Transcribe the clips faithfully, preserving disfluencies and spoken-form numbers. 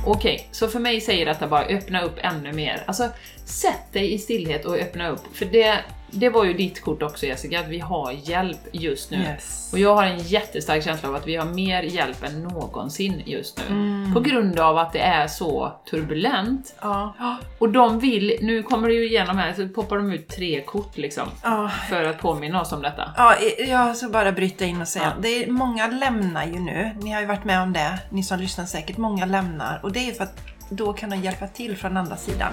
Okej, okay, så för mig säger detta bara öppna upp ännu mer. Alltså, sätt dig i stillhet och öppna upp. För det, det var ju ditt kort också, Jessica, att vi har hjälp just nu. Yes. Och jag har en jättestark känsla av att vi har mer hjälp än någonsin just nu. Mm. På grund av att det är så turbulent. Ja. Och de vill, nu kommer det ju igenom här, så poppar de ut tre kort liksom. Ja. För att påminna oss om detta. Ja, jag ska bara bryta in och säga. Ja. Det är, många lämnar ju nu. Ni har ju varit med om det. Ni som lyssnar säkert. Många lämnar. Och det är för att då kan de hjälpa till från andra sidan.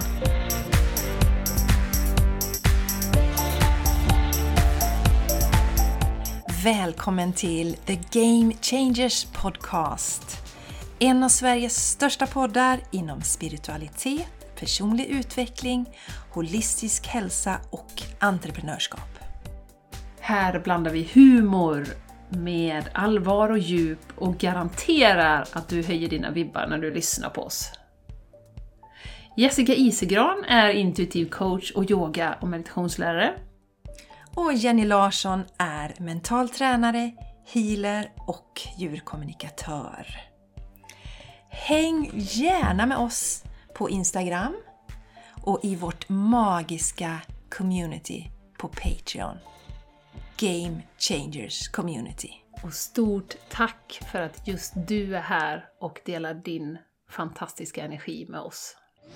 Välkommen till The Game Changers Podcast. En av Sveriges största poddar inom spiritualitet, personlig utveckling, holistisk hälsa och entreprenörskap. Här blandar vi humor med allvar och djup och garanterar att du höjer dina vibbar när du lyssnar på oss. Jessica Isegran är intuitiv coach och yoga- och meditationslärare. Och Jenny Larsson är mental tränare, healer och djurkommunikatör. Häng gärna med oss på Instagram och i vårt magiska community på Patreon. Game Changers Community. Och stort tack för att just du är här och delar din fantastiska energi med oss.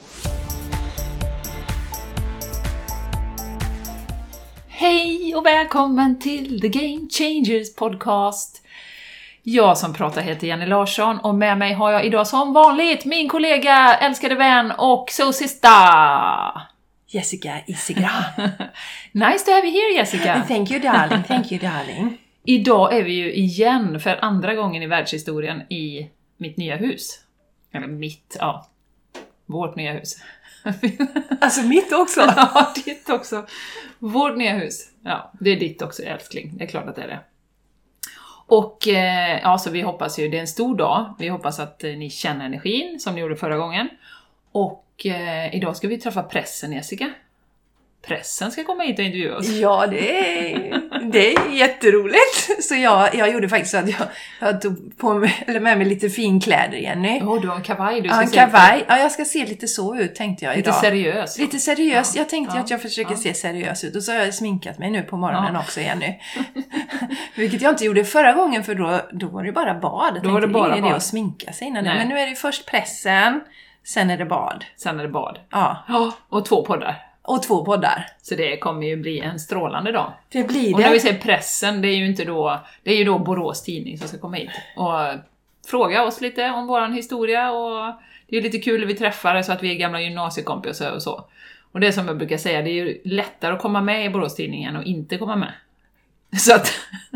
Hej och välkommen till The Game Changers Podcast. Jag som pratar heter Jenny Larsson och med mig har jag idag som vanligt min kollega, älskade vän och så sista Jessica Isegran. Nice to have you here, Jessica. Thank you darling, thank you darling. Idag är vi ju igen för andra gången i världshistorien i mitt nya hus. Eller mitt, ja. Vårt nya hus. Alltså mitt också? Ja, ditt också. Vårt nya hus. Ja, det är ditt också, älskling. Det är klart att det är det. Och eh, ja, så vi hoppas ju, det är en stor dag. Vi hoppas att eh, ni känner energin som ni gjorde förra gången. Och eh, idag ska vi träffa pressen, Jessica. Pressen ska komma hit och intervjua oss. Ja, det är, det är jätteroligt. Så jag, jag gjorde faktiskt så att jag, jag tog på mig, eller med mig lite finkläder, Jenny. Ja, oh, du har en kavaj. Du ska ja, en kavaj. Ja, jag ska se lite så ut, tänkte jag lite idag. Seriös. Lite seriös. Jag tänkte ja, att jag försöker ja. se seriös ut. Och så har jag sminkat mig nu på morgonen ja. också, Jenny. Vilket jag inte gjorde förra gången, för då, då var det bara bad. Jag då var det bara det bad. Det att sminka sig innan det. Men nu är det först pressen, sen är det bad. Sen är det bad. Ja. ja. Och två poddar. Och två poddar. Så det kommer ju bli en strålande dag. Det blir det. Och när vi säger pressen, det är ju inte då, det är ju då Borås tidning som ska komma hit och fråga oss lite om våran historia, och det är lite kul när vi träffar så att vi är gamla gymnasiekompisar och så. Och det som jag brukar säga, det är ju lättare att komma med i Borås tidningen och inte komma med. Så att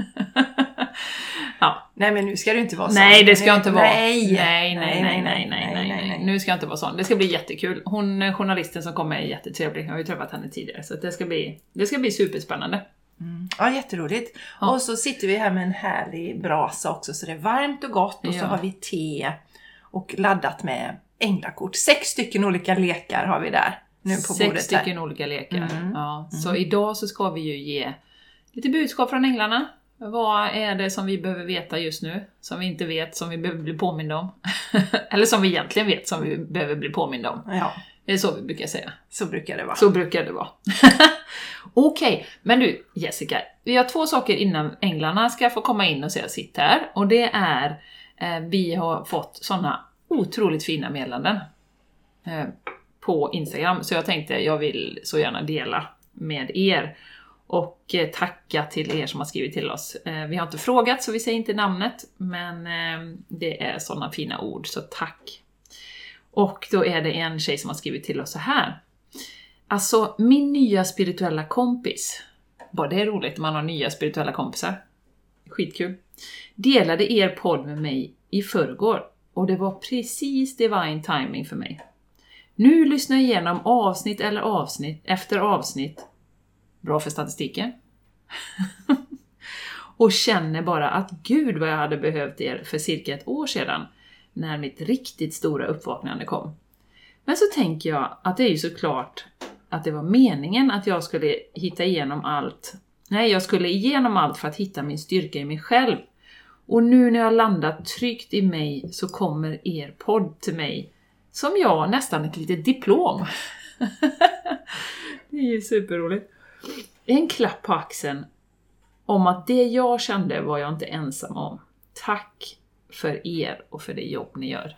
ja. Nej, men nu ska det inte vara så. Nej, det ska inte vara. Nej. Nej, nej, nej, nej, nej, nej, nej. Nu ska jag inte vara sån. Det ska bli jättekul. Hon, journalisten som kommer är jättetrevlig. Jag har ju träffat henne tidigare. Så det ska bli, det ska bli superspännande. Mm. Ja, jätteroligt. Ja. Och så sitter vi här med en härlig brasa också. Så det är varmt och gott. Och ja. Så har vi te. Och laddat med änglakort. Sex stycken olika lekar har vi där. Nu på Sex bordet stycken här. olika lekar. Mm. Ja. Så mm. idag så ska vi ju ge lite budskap från änglarna. Vad är det som vi behöver veta just nu? Som vi inte vet, som vi behöver bli påminda om? Eller som vi egentligen vet, som vi behöver bli påminda om. Ja. Det är så vi brukar säga. Så brukar det vara. Så brukar det vara. Okej, okay. Men du Jessica, vi har två saker innan änglarna ska få komma in och säga sitt här. Och det är, eh, vi har fått sådana otroligt fina meddelanden eh, på Instagram. Så jag tänkte, jag vill så gärna dela med er. Och tacka till er som har skrivit till oss. Vi har inte frågat så vi säger inte namnet. Men det är sådana fina ord, så tack. Och då är det en tjej som har skrivit till oss så här. Alltså, min nya spirituella kompis. Bara det är roligt, man har nya spirituella kompisar. Skitkul. Delade er podd med mig i förrgår. Och det var precis divine timing för mig. Nu lyssnar jag igenom avsnitt eller avsnitt efter avsnitt. Bra för statistiken. Och känner bara att gud vad jag hade behövt er för cirka ett år sedan. När mitt riktigt stora uppvaknande kom. Men så tänker jag att det är ju såklart att det var meningen att jag skulle hitta igenom allt. Nej, jag skulle igenom allt för att hitta min styrka i mig själv. Och nu när jag landat tryggt i mig så kommer er podd till mig som jag nästan ett litet diplom. Det är ju superroligt. En klapp på axeln om att det jag kände var jag inte ensam om. Tack för er och för det jobb ni gör.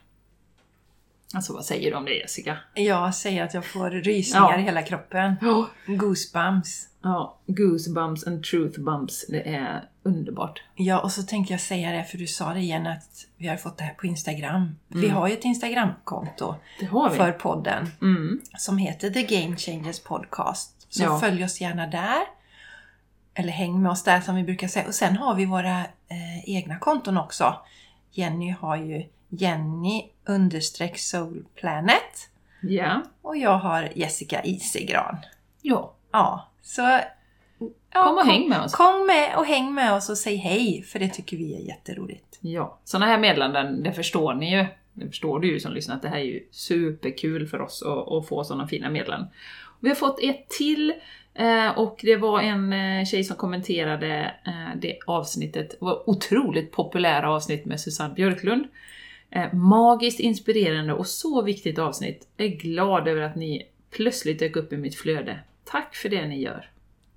Alltså vad säger du om det, Jessica? Jag säger att jag får rysningar ja. i hela kroppen. Ja. Goosebumps. Ja, goosebumps and truth bumps. Det är underbart. Ja, och så tänker jag säga det, för du sa det igen att vi har fått det här på Instagram. Mm. Vi har ju ett Instagramkonto det har vi. För podden mm. som heter The Game Changers Podcast. Så ja. följ oss gärna där. Eller häng med oss där som vi brukar säga. Och sen har vi våra eh, egna konton också. Jenny har ju Jenny understreck Soul Planet. Ja. Och jag har Jessica Isegran. Ja. Ja, så ja, kom och kom, häng med oss. Kom med och häng med oss och säg hej, för det tycker vi är jätteroligt. Ja, sådana här meddelanden, det förstår ni ju. Det förstår du ju som lyssnar att det här är ju superkul för oss att, att få sådana fina meddelanden. Vi har fått ett till och det var en tjej som kommenterade det avsnittet. Det var otroligt populära avsnitt med Susanne Björklund. Magiskt inspirerande och så viktigt avsnitt. Jag är glad över att ni plötsligt dök upp i mitt flöde. Tack för det ni gör.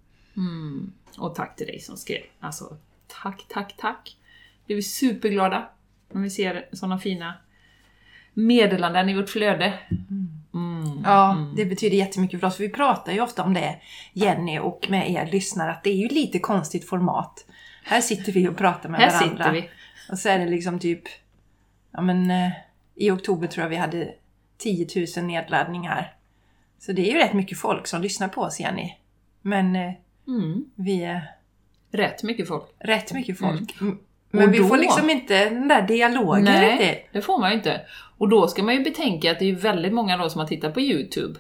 Mm. Och tack till dig som skrev. Alltså, tack, tack, tack. Vi är superglada när vi ser sådana fina meddelanden i vårt flöde. Mm. Ja, mm. det betyder jättemycket för oss. Vi pratar ju ofta om det, Jenny och med er lyssnare, att det är ju lite konstigt format. Här sitter vi och pratar med här varandra. Sitter vi. Och så är det liksom typ, ja men eh, i oktober tror jag vi hade tio tusen nedladdningar. Så det är ju rätt mycket folk som lyssnar på oss, Jenny. Men eh, mm. vi är... Rätt mycket folk. Rätt mycket folk. Mm. Och Men vi då, får liksom inte den där dialogen. Nej, riktigt. Det får man ju inte. Och då ska man ju betänka att det är väldigt många då som har tittat på YouTube.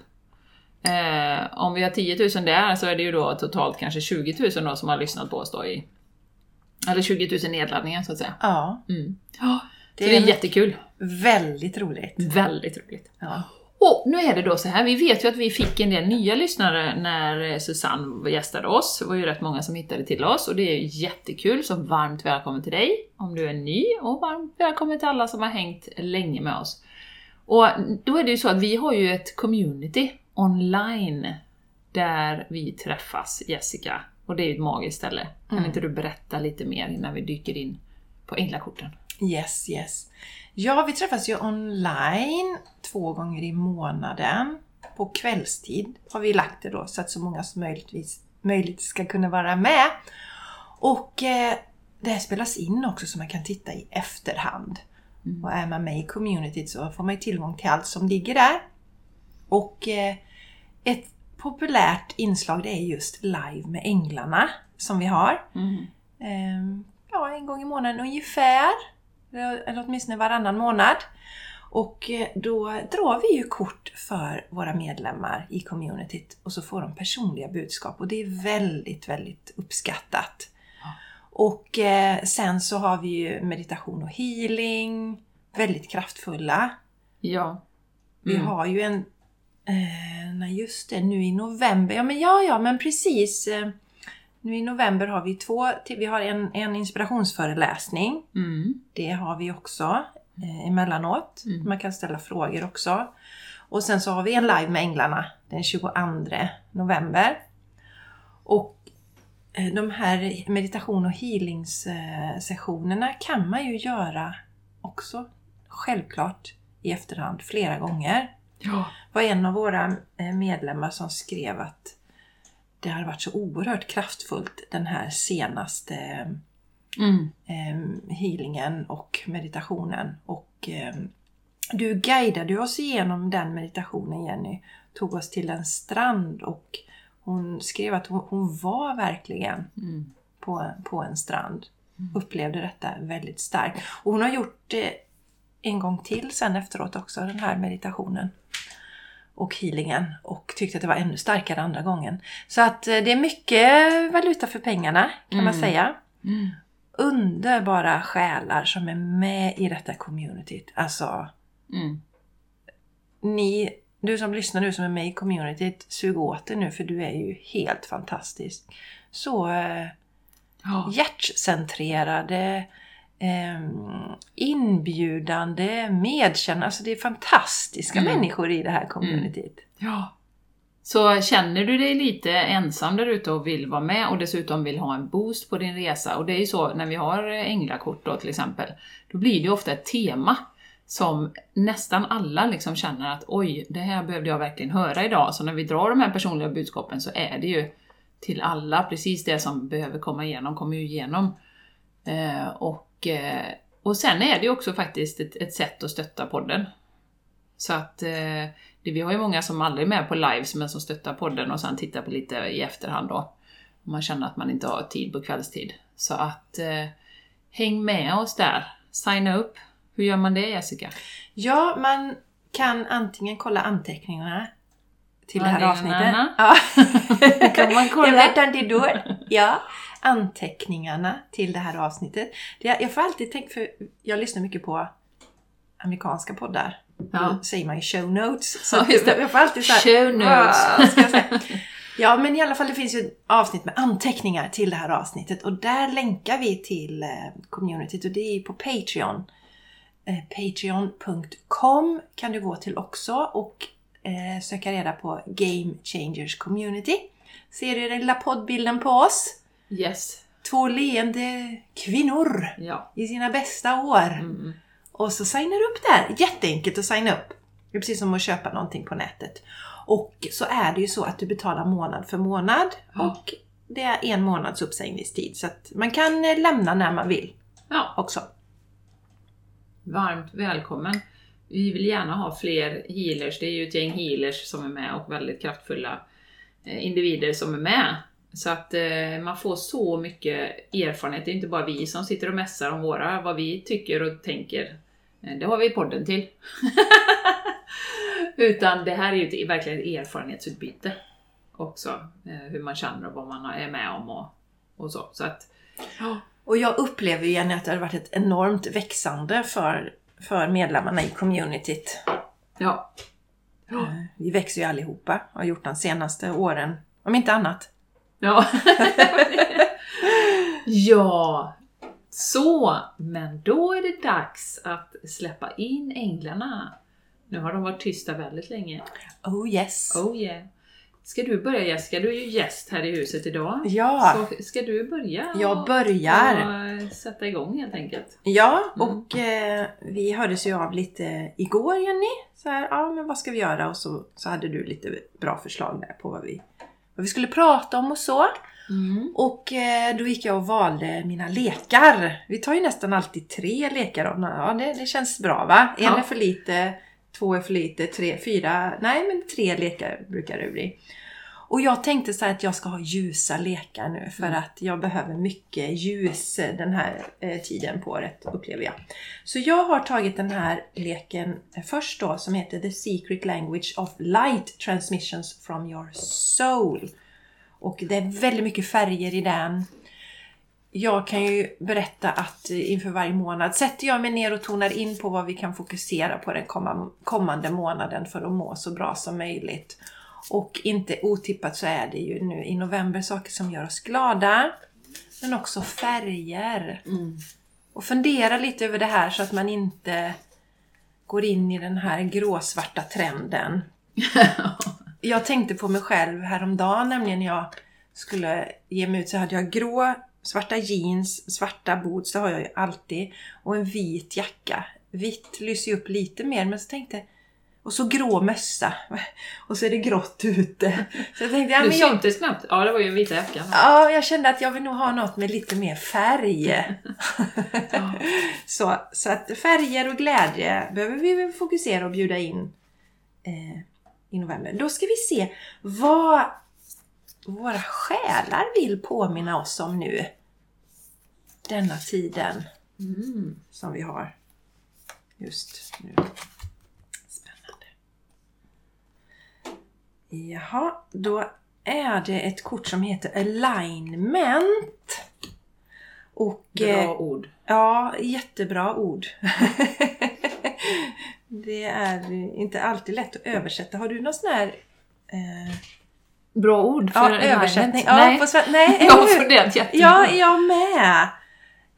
Eh, om vi har tio tusen där så är det ju då totalt kanske tjugo tusen då som har lyssnat på oss då i... Eller tjugo tusen nedladdningar så att säga. Ja. Mm. Ja, det, så det är är jättekul. Väldigt roligt. Väldigt roligt. Ja. Och nu är det då så här, vi vet ju att vi fick en del nya lyssnare när Susanne gästade oss. Det var ju rätt många som hittade till oss och det är jättekul, så varmt välkommen till dig om du är ny och varmt välkommen till alla som har hängt länge med oss. Och då är det ju så att vi har ju ett community online där vi träffas, Jessica, och det är ju ett magiskt ställe. Kan Mm. inte du berätta lite mer innan vi dyker in på änglakorten? Yes, yes. Ja, vi träffas ju online två gånger i månaden. På kvällstid har vi lagt det då så att så många som möjligtvis, möjligt ska kunna vara med. Och eh, det här spelas in också så man kan titta i efterhand. Mm. Och är man med i communityt så får man ju tillgång till allt som ligger där. Och eh, ett populärt inslag det är just live med änglarna som vi har. Mm. Eh, ja, en gång i månaden ungefär. Eller åtminstone varannan månad. Och då drar vi ju kort för våra medlemmar i communityt. Och så får de personliga budskap. Och det är väldigt, väldigt uppskattat. Ja. Och eh, sen så har vi ju meditation och healing. Väldigt kraftfulla. Ja. Mm. Vi har ju en... Eh, nej just det, nu i november. Ja men ja, ja men precis... Eh, Nu i november har vi två, vi har en, en inspirationsföreläsning. Mm. Det har vi också eh, emellanåt. Mm. Man kan ställa frågor också. Och sen så har vi en live med änglarna den tjugoandra november. Och eh, de här meditation- och healingssessionerna kan man ju göra också självklart i efterhand flera gånger. Ja. Det var en av våra medlemmar som skrev att det har varit så oerhört kraftfullt den här senaste mm. eh, healingen och meditationen. Och eh, du guidade oss igenom den meditationen, Jenny. Tog oss till en strand och hon skrev att hon, hon var verkligen mm. på, på en strand. Mm. Upplevde detta väldigt starkt. Och hon har gjort det en gång till sen efteråt också, den här meditationen. Och healingen och tyckte att det var ännu starkare andra gången. Så att det är mycket valuta för pengarna kan mm. man säga. Mm. Underbara själar som är med i detta communityt. Alltså, mm. ni, du som lyssnar nu som är med i communityt, sug åt det nu för du är ju helt fantastisk. Så eh, oh. hjärtcentrerade, eh, inbjudande, medkännande. Alltså det är fantastiska mm. människor i det här communityt. Mm. Ja. Så känner du dig lite ensam där ute och vill vara med och dessutom vill ha en boost på din resa. Och det är ju så när vi har änglakort då till exempel. Då blir det ju ofta ett tema som nästan alla liksom känner att oj, det här behövde jag verkligen höra idag. Så när vi drar de här personliga budskapen så är det ju till alla precis det som behöver komma igenom, kommer ju igenom. Eh, och, eh, och sen är det ju också faktiskt ett, ett sätt att stötta podden. Så att eh, det, vi har ju många som aldrig är med på lives men som stöttar podden och sen tittar på lite i efterhand då. Om man känner att man inte har tid på kvällstid. Så att eh, häng med oss där. Signa upp. Hur gör man det, Jessica? Ja, man kan antingen kolla anteckningarna till det här avsnittet. Ja. Kan man kolla? Jag vet inte då. Ja, anteckningarna till det här avsnittet. Jag får alltid tänka, för jag lyssnar mycket på amerikanska poddar. Ja. Då säger man ju show notes. Så ja, jag får alltid så här, show notes. Ska jag säga. Ja, men i alla fall det finns ju ett avsnitt med anteckningar till det här avsnittet. Och där länkar vi till communityt och det är på Patreon. Patreon punkt com kan du gå till också och eh, söka reda på Game Changers Community. Ser du den lilla poddbilden på oss? Yes. Två leende kvinnor ja. i sina bästa år. Mm. Och så signar du upp där. Jätteenkelt att signa upp. Det är precis som att köpa någonting på nätet. Och så är det ju så att du betalar månad för månad. Ja. Och det är en månads uppsägningstid. Så att man kan lämna när man vill ja. också. Varmt välkommen. Vi vill gärna ha fler healers. Det är ju ett gäng healers som är med och väldigt kraftfulla individer som är med. Så att eh, man får så mycket erfarenhet. Det är inte bara vi som sitter och mässar om våra, vad vi tycker och tänker. Det har vi podden till. Utan det här är ju ett, verkligen ett erfarenhetsutbyte också. Eh, hur man känner och vad man är med om och, och så. Så att, ja. Och jag upplever ju igen att det har varit ett enormt växande för, för medlemmarna i communityt. Ja. ja. Vi växer ju allihopa och har gjort de senaste åren, om inte annat. Ja. ja. Så, men då är det dags att släppa in änglarna. Nu har de varit tysta väldigt länge. Oh yes. Oh yeah. Ska du börja, Jessica? Du är ju gäst här i huset idag. Ja. Så ska du börja? Jag börjar. Och sätta igång helt enkelt. Ja, och mm. eh, vi hördes ju av lite igår, Jenny. Så här, ja men vad ska vi göra? Och så, så hade du lite bra förslag där på vad vi, vad vi skulle prata om och så. Mm. Och eh, då gick jag och valde mina lekar. Vi tar ju nästan alltid tre lekar. Ja, det, det känns bra va? En ja. är för lite, två är för lite, tre, fyra. Nej men tre lekar brukar det bli. Och jag tänkte så här att jag ska ha ljusa lekar nu. För mm. att jag behöver mycket ljus den här eh, tiden på året, upplever jag. Så jag har tagit den här leken först då som heter The Secret Language of Light Transmissions from Your Soul. Och det är väldigt mycket färger i den. Jag kan ju berätta att inför varje månad sätter jag mig ner och tonar in på vad vi kan fokusera på den kommande månaden för att må så bra som möjligt. Och inte otippat så är det ju nu i november saker som gör oss glada. Men också färger. Mm. Och fundera lite över det här så att man inte går in i den här gråsvarta trenden. Jag tänkte på mig själv häromdagen, nämligen när jag skulle ge mig ut så hade jag grå, svarta jeans, svarta boots, det har jag ju alltid. Och en vit jacka. Vitt lyser upp lite mer, men så tänkte och så grå mössa. Och så är det grått ute. Så jag tänkte, ja, men du jag... syntes knappt. Ja, det var ju en vita jackan. Ja, jag kände att jag vill nog ha något med lite mer färg. Ja. så, så att färger och glädje behöver vi fokusera och bjuda in eh, i november. Då ska vi se vad våra själar vill påminna oss om nu. Denna tiden mm. som vi har just nu. Spännande. Jaha, då är det ett kort som heter Alignment. Och, bra eh, ord. Ja, jättebra ord. Det är inte alltid lätt att översätta. Har du någon sån här... Eh... Bra ord för ja, översättning? Ja, nej, på sven- nej jag har funderat jättemycket. Ja, jag med.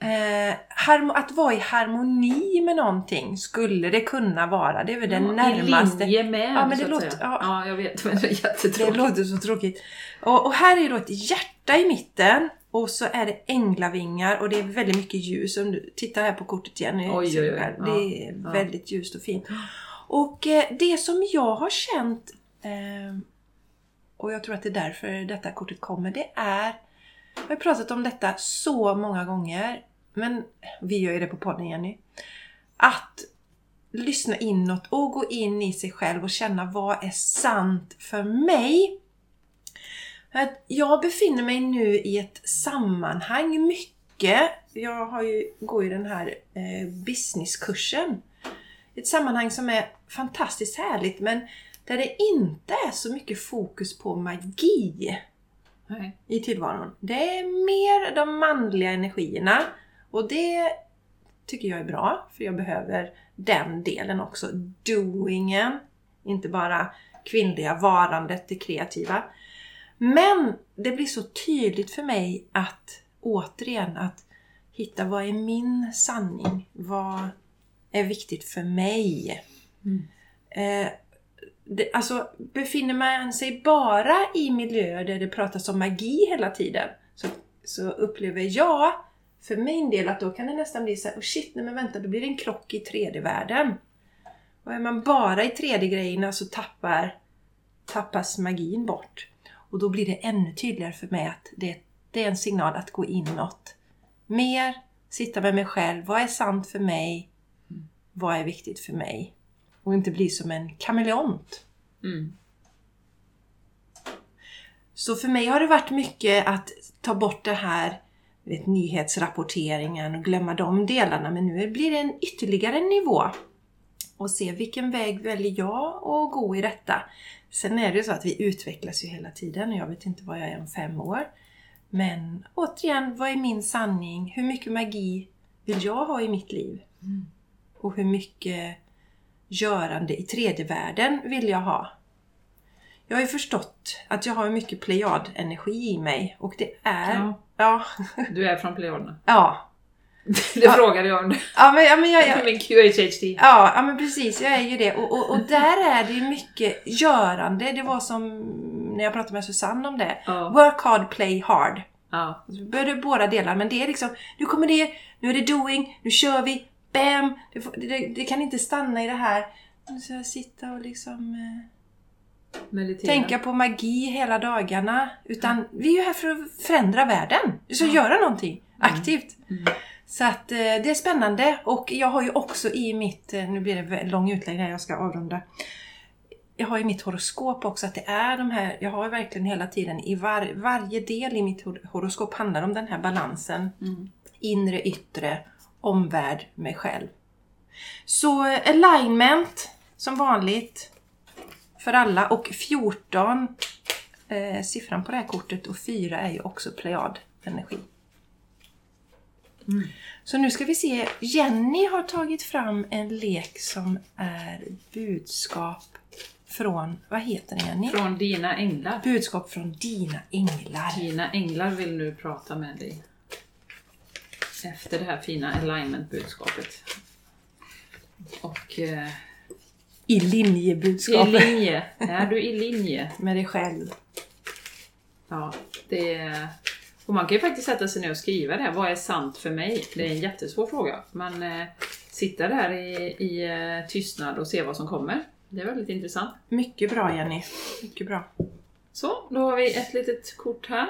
Eh, harmo- att vara i harmoni med någonting skulle det kunna vara. Det är väl den ja, närmaste. I linje med, ja, men det så låter, att säga. ja. ja, jag vet. Men det är jättetråkigt. Det låter så tråkigt. Och, och här är då ett hjärta i mitten. Och så är det änglavingar. Och det är väldigt mycket ljus. Om du tittar här på kortet igen. Oj, oj, oj. Det är ja. väldigt ljust och fint. Och eh, det som jag har känt... Eh, och jag tror att det är därför detta kortet kommer. Det är... Jag har pratat om detta så många gånger. Men vi gör ju det på podden, Jenny. Att lyssna inåt och gå in i sig själv och känna vad är sant för mig. Att jag befinner mig nu i ett sammanhang mycket. Jag har ju, går ju den här eh, businesskursen. Ett sammanhang som är fantastiskt härligt, men där det inte är så mycket fokus på magi. Nej. I tillvaron. Det är mer de manliga energierna. Och det tycker jag är bra. För jag behöver den delen också. Doingen. Inte bara kvinnliga varandet, det kreativa. Men det blir så tydligt för mig att återigen att hitta vad är min sanning. Vad är viktigt för mig. Mm. Eh, det, alltså befinner man sig bara i miljöer där det pratas om magi hela tiden. Så, så upplever jag för min del att då kan det nästan bli så här, oh shit, nej men vänta, då blir det en krock i tredje världen. Och är man bara i tredje grejerna så tappar, tappas magin bort. Och då blir det ännu tydligare för mig att det, det är en signal att gå inåt. Mer, sitta med mig själv. Vad är sant för mig? Vad är viktigt för mig? Och inte bli som en kameleont. Mm. Så för mig har det varit mycket att ta bort det här vet, nyhetsrapporteringen och glömma de delarna. Men nu blir det en ytterligare nivå. Och se vilken väg väljer jag att gå i detta. Sen är det så att vi utvecklas ju hela tiden. Och jag vet inte vad jag är om fem år. Men återigen, vad är min sanning? Hur mycket magi vill jag ha i mitt liv? Mm. Och hur mycket görande i tredje världen vill jag ha? Jag har ju förstått att jag har mycket plejad-energi i mig. Och det är... Ja. Ja. Du är från plejaderna. Ja. Det ja. Frågade jag om det. Ja, men, ja, men jag... jag min Q H H D. Ja, ja, men precis. Jag är ju det. Och, och, och där är det mycket görande. Det var som när jag pratade med Susanne om det. Ja. Work hard, play hard. Ja. Så började båda delar. Men det är liksom, nu kommer det, nu är det doing, nu kör vi. Bam! Det, det, det kan inte stanna i det här. Nu ska jag sitta och liksom... Eh, meditera. Tänka på magi hela dagarna. Utan mm. vi är ju här för att förändra världen. Så mm. göra någonting aktivt. Mm. Mm. Så att eh, det är spännande. Och jag har ju också i mitt... Eh, nu blir det lång utläggning här, jag ska avrunda. Jag har i mitt horoskop också att det är de här... Jag har verkligen hela tiden i var, varje del i mitt horoskop handlar om den här balansen. Mm. Inre, yttre, omvärld, mig själv. Så alignment som vanligt för alla. Och fjorton eh, siffran på det här kortet och fyra är ju också plejad energi. Mm. Så nu ska vi se. Jenny har tagit fram en lek som är budskap från, vad heter det Jenny? Från dina änglar. Budskap från dina änglar. Dina änglar vill nu prata med dig. Efter det här fina alignment-budskapet. Och... Eh, I linje-budskapet. I linje. Är du i linje? Med dig själv. Ja, det är... Och man kan ju faktiskt sätta sig ner och skriva det här. Vad är sant för mig? Det är en jättesvår fråga. Men eh, sitta där i, i eh, tystnad och se vad som kommer. Det är väldigt intressant. Mycket bra Jenny. Mycket bra. Så, då har vi ett litet kort här.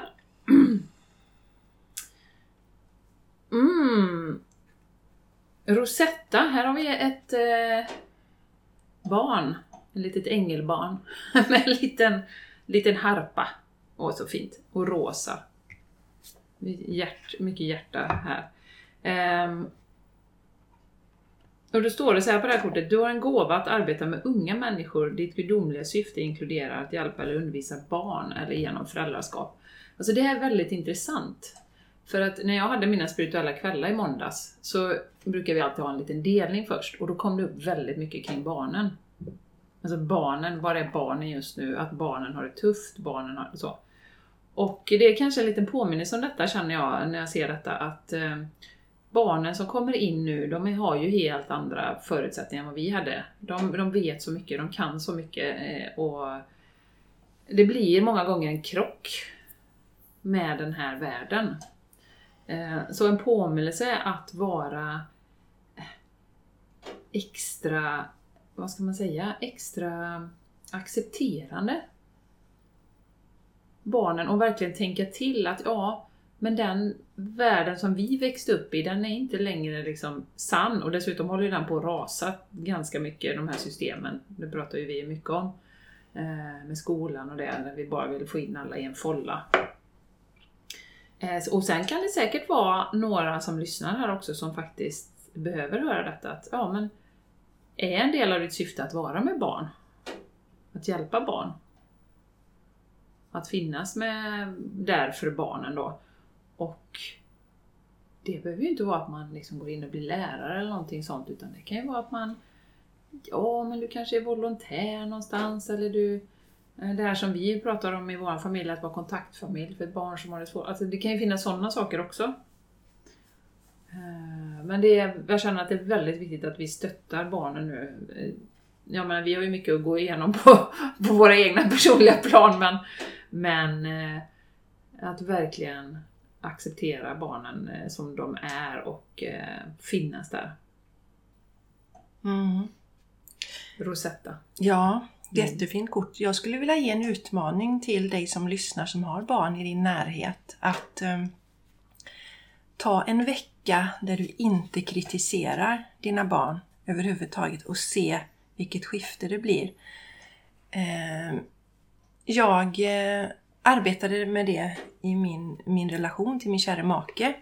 Mm. Rosetta. Här har vi ett eh, barn. En litet ängelbarn. Med en liten, liten harpa. Åh, så fint. Och rosa. Hjärt, mycket hjärta här. Ehm, och då står det så här på det här kortet. Du har en gåva att arbeta med unga människor. Ditt gudomliga syfte inkluderar att hjälpa eller undervisa barn eller genom föräldraskap. Alltså det är väldigt intressant. För att när jag hade mina spirituella kvällar i måndags så brukar vi alltid ha en liten delning först. Och då kom det upp väldigt mycket kring barnen. Alltså barnen, vad är barnen just nu? Att barnen har det tufft, barnen har det så. Och det är kanske en liten påminnelse om detta känner jag när jag ser detta. Att eh, barnen som kommer in nu, de har ju helt andra förutsättningar än vad vi hade. De, de vet så mycket, de kan så mycket och det blir många gånger en krock med den här världen. Så en påminnelse att vara extra, vad ska man säga, extra accepterande barnen och verkligen tänka till att ja, men den världen som vi växte upp i, den är inte längre liksom sann och dessutom håller den på att rasa ganska mycket, de här systemen. Det pratar ju vi mycket om eh, med skolan och det, där vi bara vill få in alla i en folla. Eh, och sen kan det säkert vara några som lyssnar här också som faktiskt behöver höra detta, att ja, men är en del av ditt syfte att vara med barn, att hjälpa barn, att finnas med där för barnen då. Och det behöver ju inte vara att man liksom går in och blir lärare eller någonting sånt, utan det kan ju vara att man, ja men du kanske är volontär någonstans, eller du, det här som vi pratar om i vår familj, att vara kontaktfamilj för ett barn som har det svårt. Alltså det kan ju finnas sådana saker också. Men det är, jag känner att det är väldigt viktigt att vi stöttar barnen nu. Ja, men vi har ju mycket att gå igenom på, på våra egna personliga plan, men, men att verkligen acceptera barnen som de är och finnas där. Mm. Rosetta. Ja, jättefint kort. Jag skulle vilja ge en utmaning till dig som lyssnar som har barn i din närhet. Att um, ta en vecka där du inte kritiserar dina barn överhuvudtaget och se vilket skifte det blir. Uh, jag uh, arbetade med det i min, min relation till min kära make.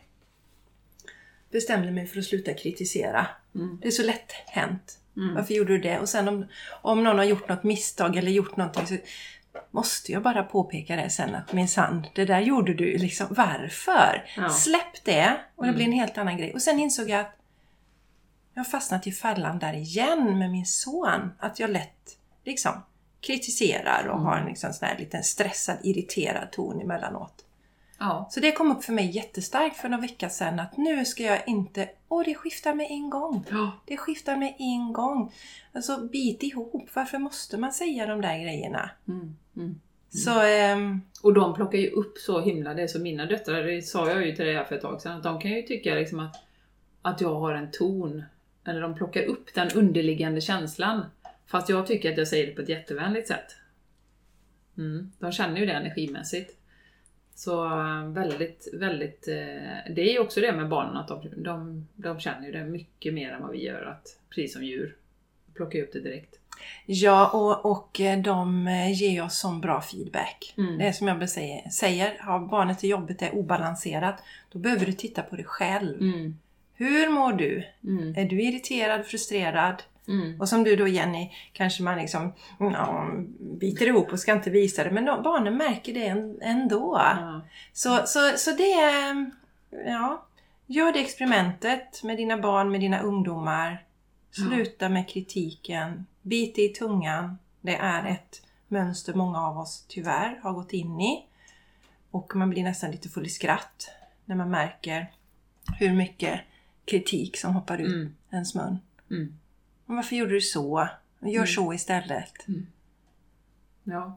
Bestämde mig för att sluta kritisera. Mm. Det är så lätt hänt. Mm. Varför gjorde du det? Och sen om, om någon har gjort något misstag eller gjort någonting, så måste jag bara påpeka det sen att minsann, det där gjorde du liksom, varför? Ja. Släpp det och det mm. blir en helt annan grej. Och sen insåg jag att jag fastnat i fallan där igen med min son. Att jag lätt liksom kritiserar och mm. har en liksom sån här liten stressad, irriterad ton emellanåt. Ja. Så det kom upp för mig jättestarkt för några veckor sedan att nu ska jag inte, åh det skiftar med en gång. Ja. Det skiftar med en gång. Alltså bit ihop, varför måste man säga de där grejerna? Mm. Mm. Mm. Så, ähm, och de plockar ju upp så himla, det är så mina döttrar, det sa jag ju till dig här för ett tag sedan, att de kan ju tycka liksom att, att jag har en ton, eller de plockar upp den underliggande känslan, fast jag tycker att jag säger det på ett jättevänligt sätt. Mm. De känner ju det energimässigt. Så väldigt, väldigt, det är ju också det med barnen, att de, de, de känner ju det mycket mer än vad vi gör, att precis som djur, plocka upp det direkt. Ja, och, och de ger oss sån bra feedback. Mm. Det är som jag säger, säger, har barnet i jobbet är obalanserat, då behöver du titta på dig själv. Mm. Hur mår du? Mm. Är du irriterad, frustrerad? Mm. Och som du då, Jenny, kanske man liksom ja, biter ihop och ska inte visa det, men då, barnen märker det ändå. Mm. Så, så, så det är, ja, gör det experimentet med dina barn, med dina ungdomar. Sluta mm. med kritiken, bit i tungan. Det är ett mönster många av oss tyvärr har gått in i, och man blir nästan lite full i skratt när man märker hur mycket kritik som hoppar ut mm. ens mun. Mm. Varför gjorde du så? Gör mm. så istället. Mm. Ja.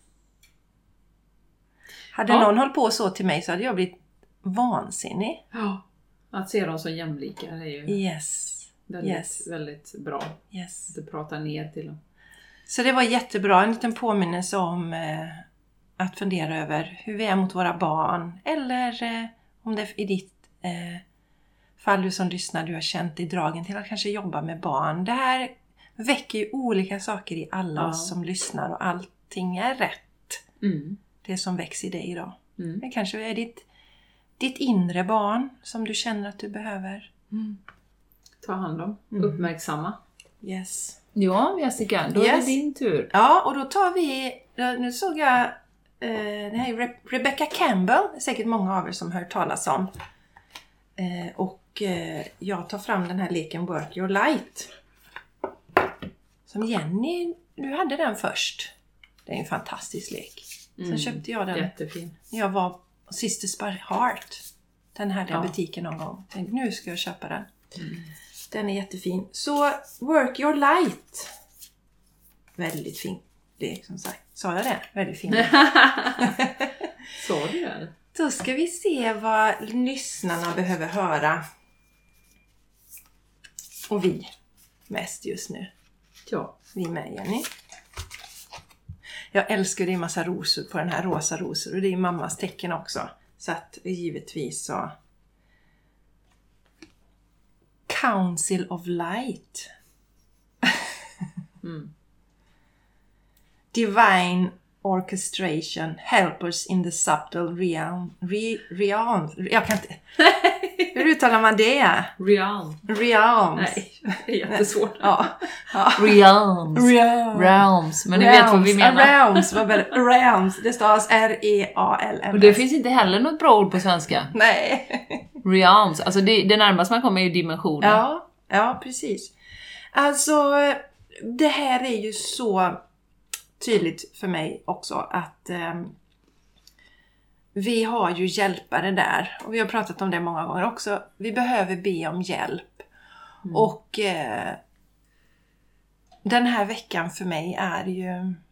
Hade ja. någon hållit på så till mig så hade jag blivit vansinnig. Ja. Att se dem som jämlika är ju yes. väldigt, yes. väldigt bra. Yes. Att du pratar ner till dem. Så det var jättebra. En liten påminnelse om eh, att fundera över hur vi är mot våra barn. Eller eh, om det i ditt... Eh, fall du som lyssnar, du har känt dig dragen till att kanske jobba med barn. Det här väcker ju olika saker i alla ja. oss som lyssnar, och allting är rätt. Mm. Det som växer i dig idag. Mm. Det kanske är ditt, ditt inre barn som du känner att du behöver. Mm. Ta hand om. Mm. Uppmärksamma. Yes. Ja, Jessica, då yes. är det din tur. Ja, och då tar vi, nu såg jag, eh, det här är Re- Rebecca Campbell, det är säkert många av er som har hört talas om. Eh, och eh, jag tar fram den här leken Work Your Light. Som Jenny, du hade den först. Det är en fantastisk lek. Sen mm, köpte jag den. Jättefin. Jag var på Sisters by Heart. den här Ja. butiken någon gång. Tänk, nu ska jag köpa den. Mm. Den är jättefin. Så Work Your Light. Väldigt fin. Det är som sagt. Sa jag det? Väldigt fin. Sa du det? Då ska vi se vad lyssnarna behöver höra. Och vi mest just nu. Ja. Vi med, Jenny. Jag älskar det, är massa rosor på den här, rosa rosor. Och det är mammas tecken också. Så att givetvis så... Council of Light. Mm. Divine Orchestration. Helpers in the subtle realm. Re, realm. Jag kan inte... Hur uttalar man det? Realm. Realms. Nej, det är jättesvårt. Ja. Ja. Realms. Realms. Realms. Men ni vet vad vi menar. Realms. Vad väl, realms. Det stavas R E A L M S. Och det finns inte heller något bra ord på svenska. Nej. Realms. Alltså det, det närmaste man kommer är ju dimensioner. Ja, ja, precis. Alltså, det här är ju så tydligt för mig också att eh, vi har ju hjälpare där. Och vi har pratat om det många gånger också. Vi behöver be om hjälp. Mm. Och eh, den här veckan för mig är ju...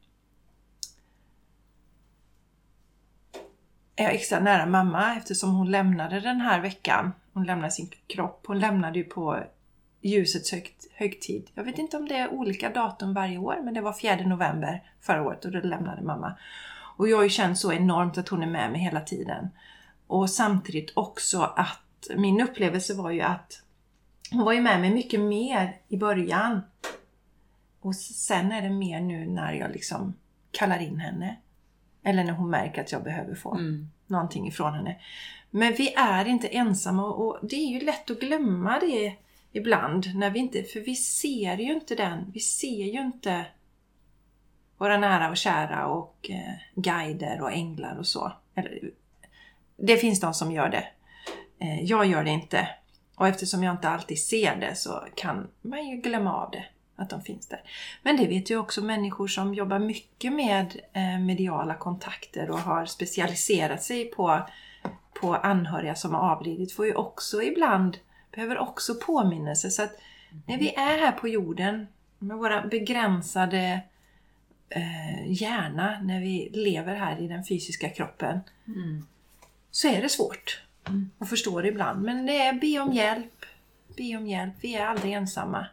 Är jag extra nära mamma eftersom hon lämnade den här veckan. Hon lämnade sin kropp. Hon lämnade ju på ljusets högt, högtid. Jag vet inte om det är olika datum varje år. Men det var fjärde november förra året och då lämnade mamma. Och jag har ju känt så enormt att hon är med mig hela tiden. Och samtidigt också att min upplevelse var ju att hon var ju med mig mycket mer i början. Och sen är det mer nu när jag liksom kallar in henne. Eller när hon märker att jag behöver få mm. någonting ifrån henne. Men vi är inte ensamma och det är ju lätt att glömma det ibland. När vi inte, för vi ser ju inte den. Vi ser ju inte våra nära och kära och eh, guider och änglar och så. Eller, det finns de som gör det. Eh, jag gör det inte. Och eftersom jag inte alltid ser det så kan man ju glömma av det. Att de finns där. Men det vet ju också människor som jobbar mycket med eh, mediala kontakter och har specialiserat sig på, på anhöriga som har avlidit. Får ju också ibland, behöver också påminnelse. Så att när vi är här på jorden med våra begränsade eh, hjärna, när vi lever här i den fysiska kroppen, mm. så är det svårt mm. att förstå det ibland. Men det är be om hjälp. Be om hjälp. Vi är aldrig ensamma.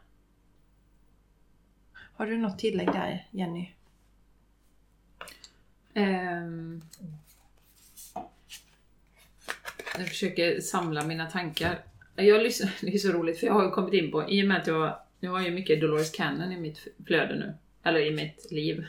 Har du något tillägg där, Jenny? Um, jag försöker samla mina tankar. Jag lyssnar, det är så roligt för jag har ju kommit in på, i och med att jag, jag har ju mycket Dolores Cannon i mitt flöde nu. Eller i mitt liv.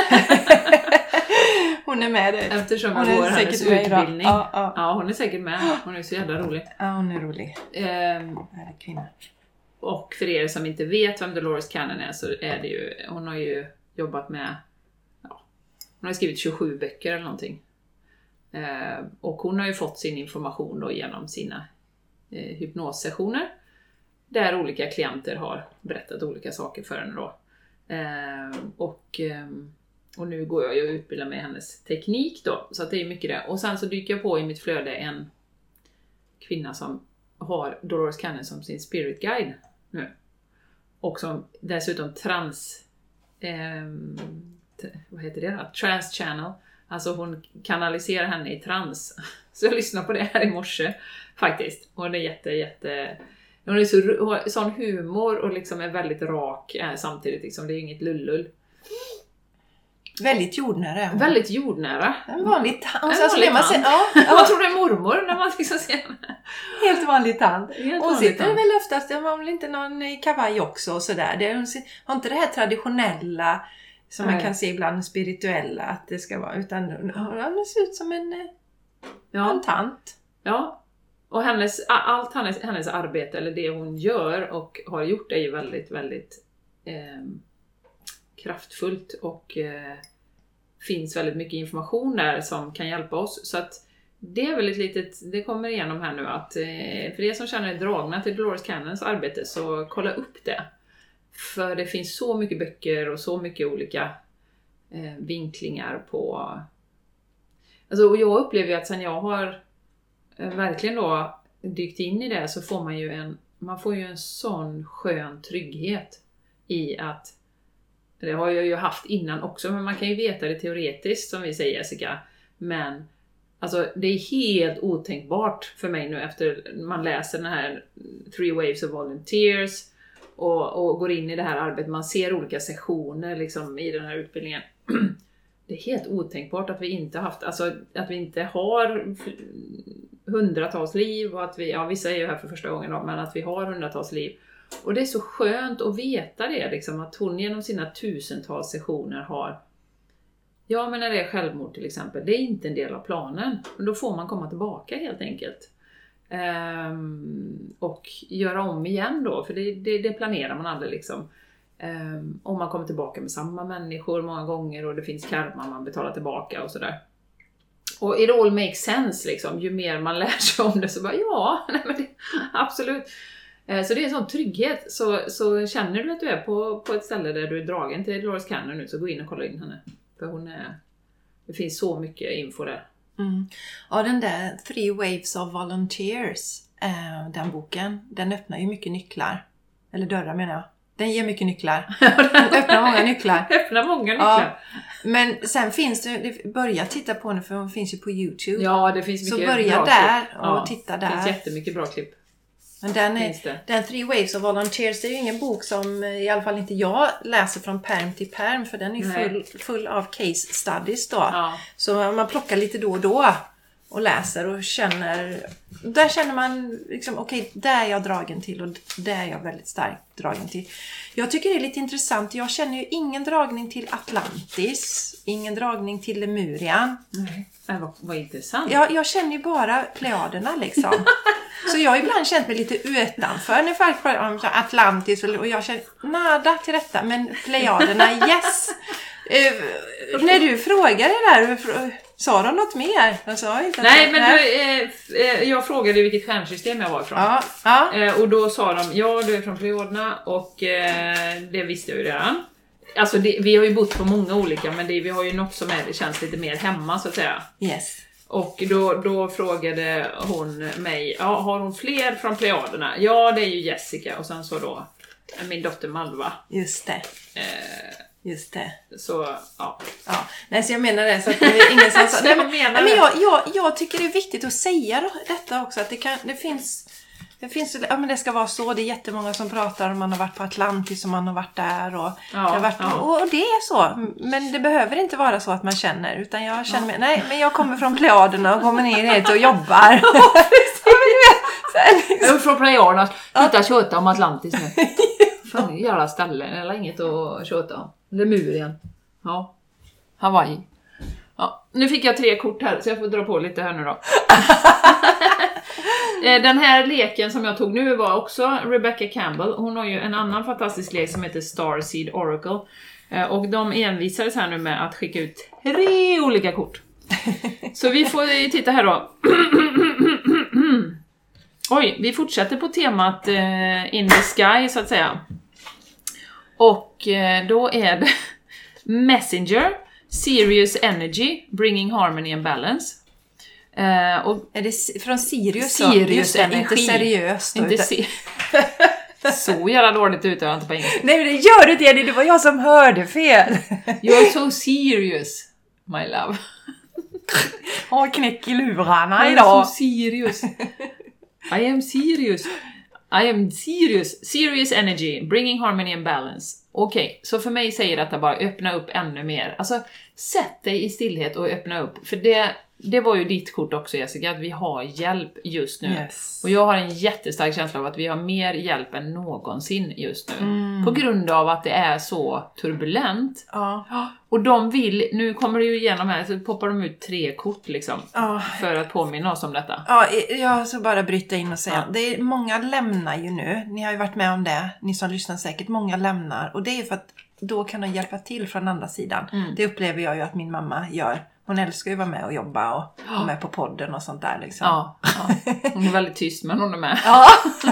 Hon är med dig. Eftersom hon går hennes utbildning. Ja, ja. ja, hon är säkert med. Hon är så jävla rolig. Ja, hon är rolig. Um, är kvinna. Och för er som inte vet vem Dolores Cannon är så är det ju, hon har ju jobbat med, ja, hon har skrivit tjugosju böcker eller någonting. Eh, och hon har ju fått sin information då genom sina eh, hypnossessioner. Där olika klienter har berättat olika saker för henne då. Eh, och, eh, och nu går jag ju och utbildar med hennes teknik då. Så att det är mycket det. Och sen så dyker jag på i mitt flöde en kvinna som har Dolores Cannon som sin spirit guide nu. Och som dessutom trans eh, t- vad heter det då? Trans channel. Alltså hon kanaliserar henne i trans. Så jag lyssnade på det här i morse faktiskt. Och det är jätte jätte hon är så sån humor och liksom är väldigt rak eh, samtidigt liksom, det är inget lullull. Väldigt jordnära. Hon. Väldigt jordnära. En vanlig tant. En alltså, vanlig man tant. ja, ja. Man tror det är mormor när man liksom ser henne. Helt vanlig tant. Helt och vanlig sitter tant. väl oftast, det var väl inte någon i kavaj också och sådär. Det är, har inte det här traditionella som Nej. man kan se ibland spirituella att det ska vara. Utan hon ser ut som en, ja. en tant. Ja. Och hennes, allt hennes, hennes arbete eller det hon gör och har gjort är ju väldigt, väldigt eh, kraftfullt och eh, finns väldigt mycket information där som kan hjälpa oss. Så att det är väl ett litet, det kommer igenom här nu att eh, för er som känner er dragna till Dolores Cannons arbete så kolla upp det. För det finns så mycket böcker och så mycket olika eh, vinklingar på. Alltså och jag upplever ju att sen jag har verkligen då dykt in i det, så får man ju en, man får ju en sån skön trygghet i att, det har jag ju haft innan också, men man kan ju veta det teoretiskt som vi säger, Jessica, men alltså det är helt otänkbart för mig nu efter man läser den här Three Waves of Volunteers och, och går in i det här arbetet, man ser olika sessioner liksom i den här utbildningen. Det är helt otänkbart att vi inte haft, alltså att vi inte har hundratals liv och att vi, ja vissa är ju här för första gången då, men att vi har hundratals liv. Och det är så skönt att veta det liksom, att hon genom sina tusentals sessioner har, ja men när det är självmord till exempel, det är inte en del av planen. Men då får man komma tillbaka helt enkelt. Ehm, och göra om igen då, för det, det, det planerar man aldrig liksom. Um, om man kommer tillbaka med samma människor många gånger och det finns karma man betalar tillbaka och sådär. Och it all makes sense liksom. Ju mer man lär sig om det så bara ja, nej men det, absolut. Uh, så det är en sån trygghet. Så, så känner du att du är på, på ett ställe där du är dragen till Dolores Cannon nu, så gå in och kolla in henne. För hon är, det finns så mycket info där. Mm. Ja, den där Three Waves of Volunteers, uh, den boken, den öppnar ju mycket nycklar. Eller dörrar menar jag. Den ger mycket nycklar. Den öppnar många nycklar. Öppnar många nycklar. Ja. Men sen finns det, börja titta på den för den finns ju på YouTube. Ja, det finns mycket så börja bra där klipp. och Ja, titta där. Det finns jättemycket bra klipp. Men den, är, den Three Waves of Volunteers, det är ju ingen bok som i alla fall inte jag läser från perm till perm, för den är ju full, full av case studies då. Ja. Så man plockar lite då och då och läser och känner, där känner man liksom, okej, okay, där är jag dragen till och där är jag väldigt starkt dragen till. Jag tycker det är lite intressant, jag känner ju ingen dragning till Atlantis, ingen dragning till Lemurian. Nej, det var, var intressant. Jag, jag känner ju bara Plejaderna liksom. Så jag har ibland känt mig lite utanför när folk pratar om Atlantis och jag känner nada till detta, men Plejaderna, yes! Uh, när du frågade där, sa de något mer? Jag sa inte Nej, men du, eh, jag frågade vilket stjärnsystem jag var ifrån. Ja, ja. Eh, och då sa de, ja du är från Plejaderna, och eh, det visste jag ju redan. Alltså det, vi har ju bott på många olika, men det, vi har ju något som är, det känns lite mer hemma så att säga. Yes. Och då, då frågade hon mig, ja, har hon fler från Plejaderna? Ja, det är ju Jessica, och sen så då min dotter Malva. Just det. Eh, Just det. Så, ja. Ja. Nej, så jag menar det, så att det är ingen som sa. Nej, men, menar men jag, jag, jag tycker det är viktigt att säga då, detta också, att det, kan, det finns... Det finns, ja men det ska vara så, det är jättemånga som pratar om man har varit på Atlantis och man har varit där och, ja, har varit, ja. och, och det är så, men det behöver inte vara så att man känner, utan jag känner mig, nej men jag kommer från Plejaderna och kommer ner hit och jobbar. Jag är från Plejaderna, sluta köta om Atlantis nu. Fan, jävla ställen, eller inget att köta om. Lemurien. Ja. Hawaii. Ja, nu fick jag tre kort här så jag får dra på lite här nu då. Den här leken som jag tog nu var också Rebecca Campbell. Hon har ju en annan fantastisk lek som heter Starseed Oracle. Och de envisades här nu med att skicka ut tre olika kort. Så vi får titta här då. Oj, vi fortsätter på temat uh, In the Sky så att säga. Och uh, då är det Messenger, Sirius Energy, Bringing Harmony and Balance. Uh, och är det från Sirius? Sirius det, Energy. Inte seriöst. Inte se- Så jävla dåligt ut, jag inte på engelska. Nej, men det gör du det, det var jag som hörde fel. You're so serious, my love. Har knäck i lurarna I'm idag. so serious. I am serious. I am serious. Serious energy, bringing harmony and balance. Okej, okay, så för mig säger detta bara öppna upp ännu mer. Alltså, sätt dig i stillhet och öppna upp. För det, det var ju ditt kort också, Jessica, att vi har hjälp just nu. Yes. Och jag har en jättestark känsla av att vi har mer hjälp än någonsin just nu. Mm. På grund av att det är så turbulent. Ja. Och de vill, nu kommer det ju igenom här, så poppar de ut tre kort liksom. Ja. För att påminna oss om detta. Ja, jag ska bara bryta in och säga. Ja. Det är, många lämnar ju nu. Ni har ju varit med om det. Ni som lyssnar säkert. Många lämnar. Och det är för att då kan de hjälpa till från andra sidan. Mm. Det upplever jag ju att min mamma gör. Hon älskar ju att vara med och jobba och ja. vara med på podden och sånt där liksom. Ja, ja. Hon är väldigt tyst men hon är med. Ja.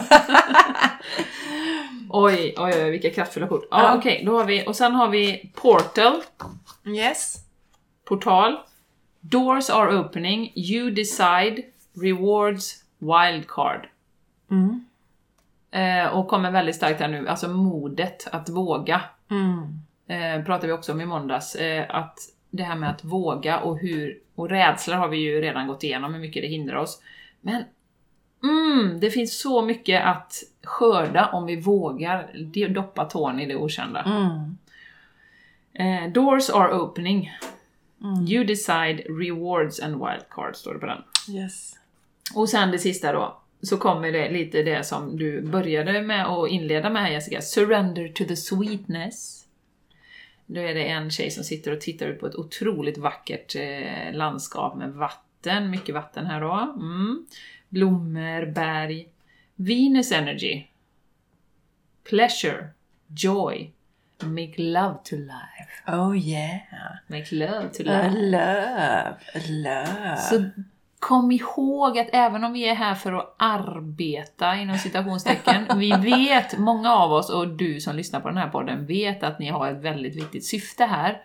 oj, oj, oj, vilka kraftfulla kort. Ja, ja. okej, okay, då har vi, och sen har vi Portal. Yes. Portal. Doors are opening. You decide. Rewards, Wildcard. Mm. Eh, och kommer väldigt starkt här nu, alltså modet att våga. Mm. Eh, pratar vi också om i måndags. Eh, att det här med att våga och hur, och rädslor har vi ju redan gått igenom hur mycket det hindrar oss. Men mm, det finns så mycket att skörda om vi vågar doppa tån i det okända. Mm. Eh, doors are opening. Mm. You decide rewards and wildcards, står det på den. Yes. Och sen det sista då, så kommer det lite det som du började med att inleda med här, Jessica. Surrender to the sweetness. Då är det en tjej som sitter och tittar ut på ett otroligt vackert eh, landskap med vatten, mycket vatten här då. Mm. Blommor, berg. Venus energy. Pleasure. Joy. Make love to life. Oh yeah. Make love to A life. love. A love. Så kom ihåg att även om vi är här för att arbeta inom citationstecken, vi vet, många av oss och du som lyssnar på den här podden vet att ni har ett väldigt viktigt syfte här.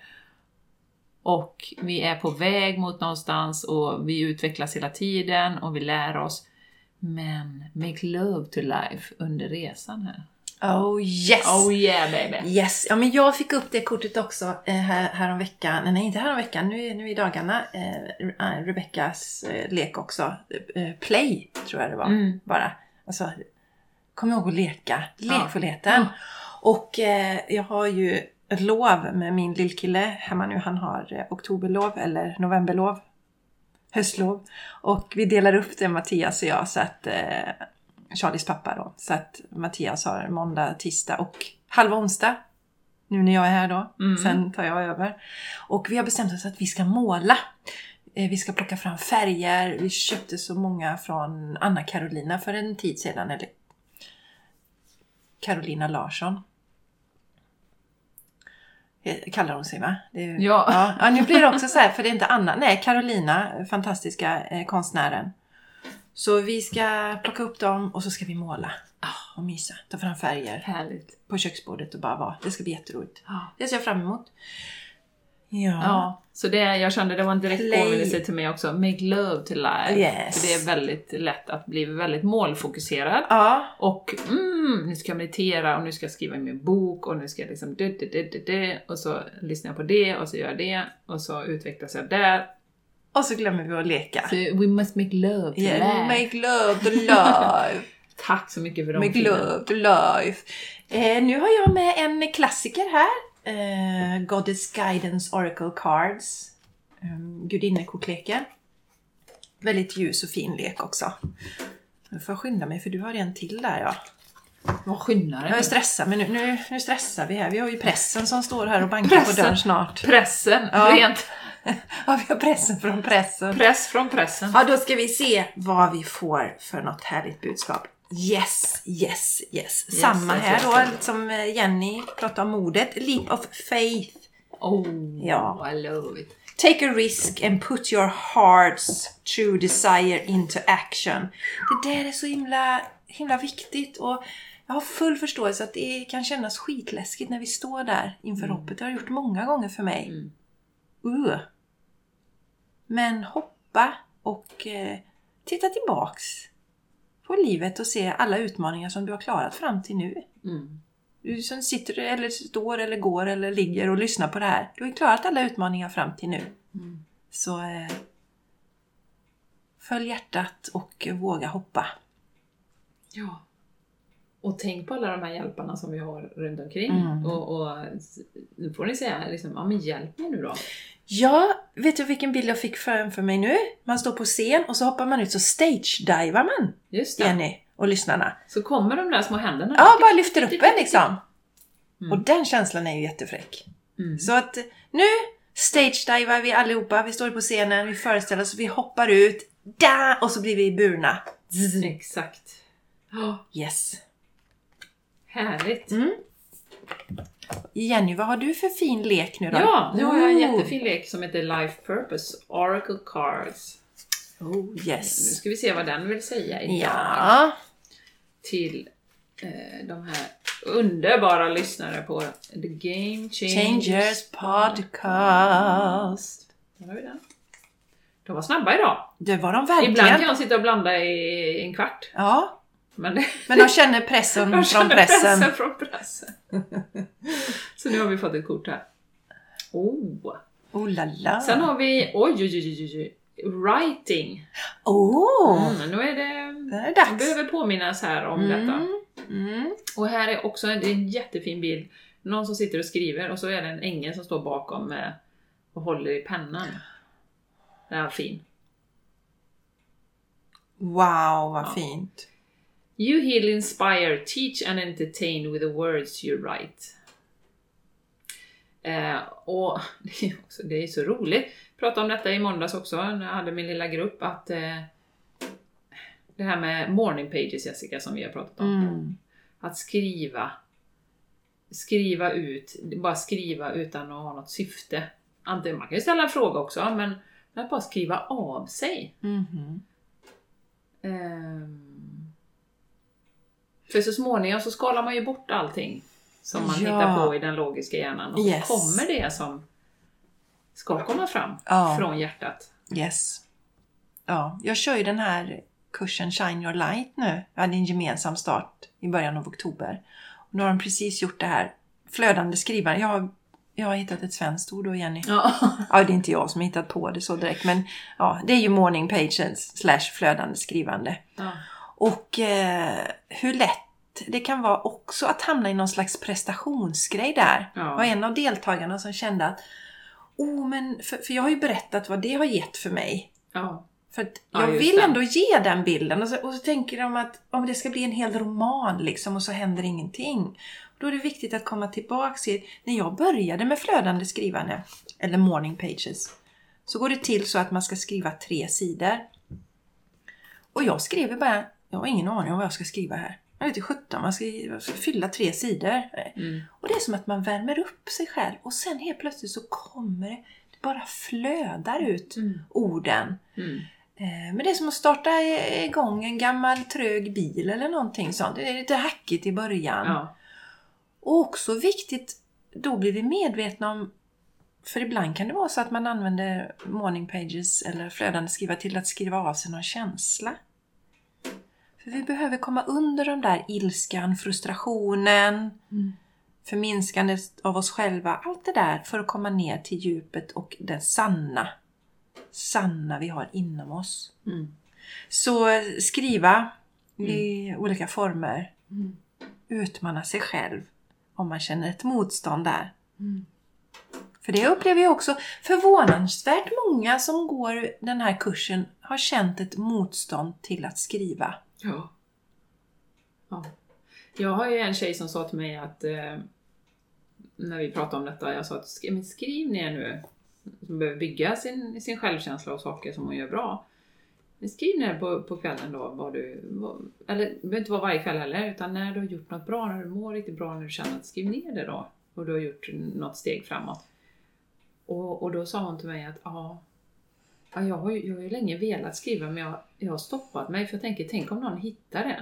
Och vi är på väg mot någonstans och vi utvecklas hela tiden och vi lär oss. Men make love to life under resan här. Oh yes! Oh yeah baby! Yes! Ja, men jag fick upp det kortet också eh, här, här om veckan. Nej, inte här om veckan. Nu, nu i dagarna. Eh, Rebeckas eh, lek också. Eh, play, tror jag det var. Mm. Bara. Alltså, kom ihåg att leka. Lekfullheten. Ja. Och eh, jag har ju ett lov med min lillkille hemma nu. Han har eh, oktoberlov eller novemberlov. Höstlov. Och vi delar upp det, Mattias och jag, så att... Eh, Charlies pappa då. Så att Mattias har måndag, tisdag och halva onsdag. Nu när jag är här då. Mm. Sen tar jag över. Och vi har bestämt oss att vi ska måla. Eh, vi ska plocka fram färger. Vi köpte så många från Anna Carolina för en tid sedan. Eller Carolina Larsson. Kallar hon sig, va? Det är, ja. ja. Ja, nu blir det också så här. För det är inte Anna. Nej, Carolina. Fantastiska eh, konstnären. Så vi ska plocka upp dem och så ska vi måla och mysa. Ta fram färger. Härligt. På köksbordet och bara vara. Det ska bli jätteroligt. Ja. Det ser jag fram emot. Ja. Ja. Så det, jag kände det var en direkt påminnelse till mig också. Make love to life. Yes. För det är väldigt lätt att bli väldigt målfokuserad. Ja. Och mm, nu ska jag meditera och nu ska jag skriva i min bok och nu ska jag liksom det, det, det, det, det, och så lyssnar jag på det och så gör jag det och så utvecklas jag där. Och så glömmer vi att leka. So we must make love to yeah, life. Make love to life. Tack så mycket för de Make filmen. love to life. Eh, nu har jag med en klassiker här. Eh, Goddess Guidance Oracle Cards. Um, Gudinnekortleken. Väldigt ljus och fin lek också. Nu får jag skynda mig för du har en till där, ja. Vad skyndar det? Jag är stressad, men nu, nu, nu stressar vi här. Vi har ju pressen som står här och bankar pressen. På dörren snart. Pressen, ja. Rent. Ja, vi har pressen från pressen. Press från pressen. Ja, då ska vi se vad vi får för något härligt budskap. Yes, yes, yes. yes Samma yes, här yes, då, yes. Som Jenny pratade om modet. Leap of faith. Oh, ja. I love it. Take a risk and put your heart's true desire into action. Det där är så himla, himla viktigt och jag har full förståelse att det kan kännas skitläskigt när vi står där inför mm. hoppet. Det har gjort många gånger för mig. Mm. Uh. Men hoppa och eh, titta tillbaks på livet och se alla utmaningar som du har klarat fram till nu. Mm. Du som sitter eller står eller går eller ligger och lyssnar på det här. Du har klarat alla utmaningar fram till nu. Mm. Så eh, följ hjärtat och våga hoppa. Ja. Och tänk på alla de här hjälparna som vi har runt omkring. Mm. Och, och nu får ni säga, liksom, ja men hjälp mig nu då. Ja, vet du vilken bild jag fick framför mig nu? Man står på scen och så hoppar man ut så stage-divar man. Just det. Jenny och lyssnarna. Så kommer de där små händerna. Ja, bara lyfter upp en liksom. Mm. Och den känslan är ju jättefräck. Mm. Så att nu stage-divar vi allihopa. Vi står på scenen, vi föreställer oss, vi hoppar ut. Da! Och så blir vi burna. Zzz. Exakt. Oh. Yes. Härligt. Mm. Jenny, vad har du för fin lek nu då? Ja, nu har jag en jättefin lek som heter Life Purpose Oracle Cards. Oh yes. Nu ska vi se vad den vill säga idag. Ja. Till eh, de här underbara lyssnare på The Game Changers, Changers Podcast. Där har vi den. De var snabba idag. Det var de verkligen. Ibland kan jag sitta och blanda i en kvart. Ja. Men, det... Men de känner pressen de känner från pressen. pressen från pressen. Så nu har vi fått ett kort här. Oh. Oh la la. Sen har vi, oj oj oj oj oj. Writing. Oh. Mm, nu är det, det är dags. Jag behöver påminnas här om mm. detta. Mm. Och här är också en, det är en jättefin bild. Någon som sitter och skriver och så är det en ängel som står bakom med, och håller i pennan. Det är fin. Wow, vad ja. fint. You heal, inspire, teach and entertain with the words you write. Eh, och det är, också, det är så roligt. Jag pratade om detta i måndags också när jag hade min lilla grupp. Att eh, det här med morning pages, Jessica, som vi har pratat om. Mm. Att skriva. Skriva ut. Bara skriva utan att ha något syfte. Antingen, man kan ju ställa en fråga också. Men att bara skriva av sig. Mm. Eh, för så småningom så skalar man ju bort allting. Som man ja. hittar på i den logiska hjärnan. Och yes. så kommer det som ska komma fram ja. från hjärtat. Yes. Ja, jag kör ju den här kursen Shine Your Light nu. Jag hade en gemensam start i början av oktober. Och nu har de precis gjort det här. Flödande skrivande. Jag har, jag har hittat ett svenskt ord då, Jenny. Ja. ja, det är inte jag som har hittat på det så direkt. Men ja, det är ju morning pages slash flödande skrivande. Ja. Och eh, hur lätt det kan vara också att hamna i någon slags prestationsgrej där. Ja. Det var en av deltagarna som kände att oh, men för, för jag har ju berättat vad det har gett för mig. Ja. För att jag ja, vill det. ändå ge den bilden. Och så, och så tänker de att om det ska bli en hel roman liksom, och så händer ingenting. Och då är det viktigt att komma tillbaka till när jag började med flödande skrivande eller morning pages. Så går det till så att man ska skriva tre sidor. Och jag skriver bara, jag har ingen aning om vad jag ska skriva här. Jag vet inte sjutton, man ska, man ska fylla tre sidor. Mm. Och det är som att man värmer upp sig själv. Och sen helt plötsligt så kommer det, det bara flödar ut mm. orden. Mm. Eh, men det är som att starta igång en gammal trög bil eller någonting sånt. Det är lite hackigt i början. Ja. Och också viktigt, då blir vi medvetna om, för ibland kan det vara så att man använder morning pages eller flödande skriva till att skriva av sig någon känsla. För vi behöver komma under de där ilskan, frustrationen, mm. förminskandet av oss själva. Allt det där för att komma ner till djupet och den sanna, sanna vi har inom oss. Mm. Så skriva mm. i olika former. Mm. Utmana sig själv om man känner ett motstånd där. Mm. För det upplever jag också förvånansvärt många som går den här kursen har känt ett motstånd till att skriva. Ja. ja. Jag har ju en tjej som sa till mig att eh, när vi pratade om detta, jag sa att sk- skriv ner nu. Hon behöver bygga sin, sin självkänsla och saker som hon gör bra. Men skriv ner på, på kvällen då vad du, vad, eller det behöver inte vara varje kväll heller, utan när du har gjort något bra, när du mår riktigt bra, när du känner att skriv ner det då. Och du har gjort något steg framåt. Och, och då sa hon till mig att ja, ja jag, har ju, jag har ju länge velat skriva, men jag, jag har stoppat mig för jag tänker, tänk om någon hittar det.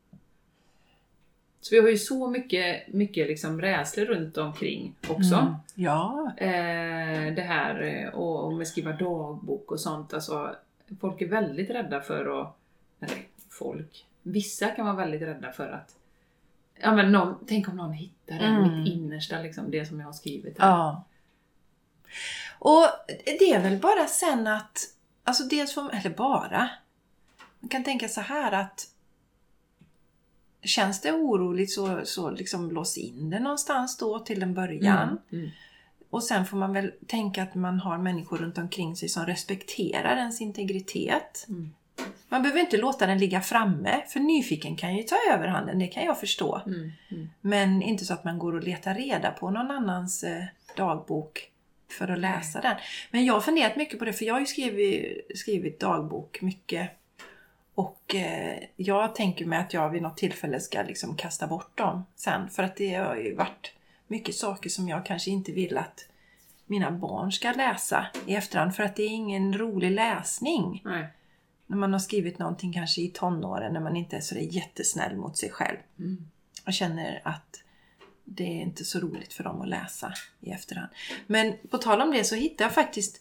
Så vi har ju så mycket, mycket liksom rädsla runt omkring också. Mm, ja. Eh, det här och, och med skriva dagbok och sånt. Alltså, folk är väldigt rädda för att, eller folk, vissa kan vara väldigt rädda för att, ja men någon, tänk om någon hittar det, mm. mitt innersta liksom, det som jag har skrivit här. Ja. Och det är väl bara sen att, alltså dels för, eller bara, man kan tänka så här att känns det oroligt så, så liksom lås in det någonstans då till en början. Mm, mm. Och sen får man väl tänka att man har människor runt omkring sig som respekterar ens integritet. Mm. Man behöver inte låta den ligga framme, för nyfiken kan ju ta överhanden, det kan jag förstå. Mm, mm. Men inte så att man går och letar reda på någon annans eh, dagbok för att läsa mm. den. Men jag har funderat mycket på det, för jag har ju skrivit, skrivit dagbok mycket. Och eh, jag tänker mig att jag vid något tillfälle ska liksom kasta bort dem sen. För att det har ju varit mycket saker som jag kanske inte vill att mina barn ska läsa i efterhand. För att det är ingen rolig läsning. Nej. När man har skrivit någonting kanske i tonåren, när man inte är så där jättesnäll mot sig själv. Mm. Och känner att det är inte så roligt för dem att läsa i efterhand. Men på tal om det så hittade jag faktiskt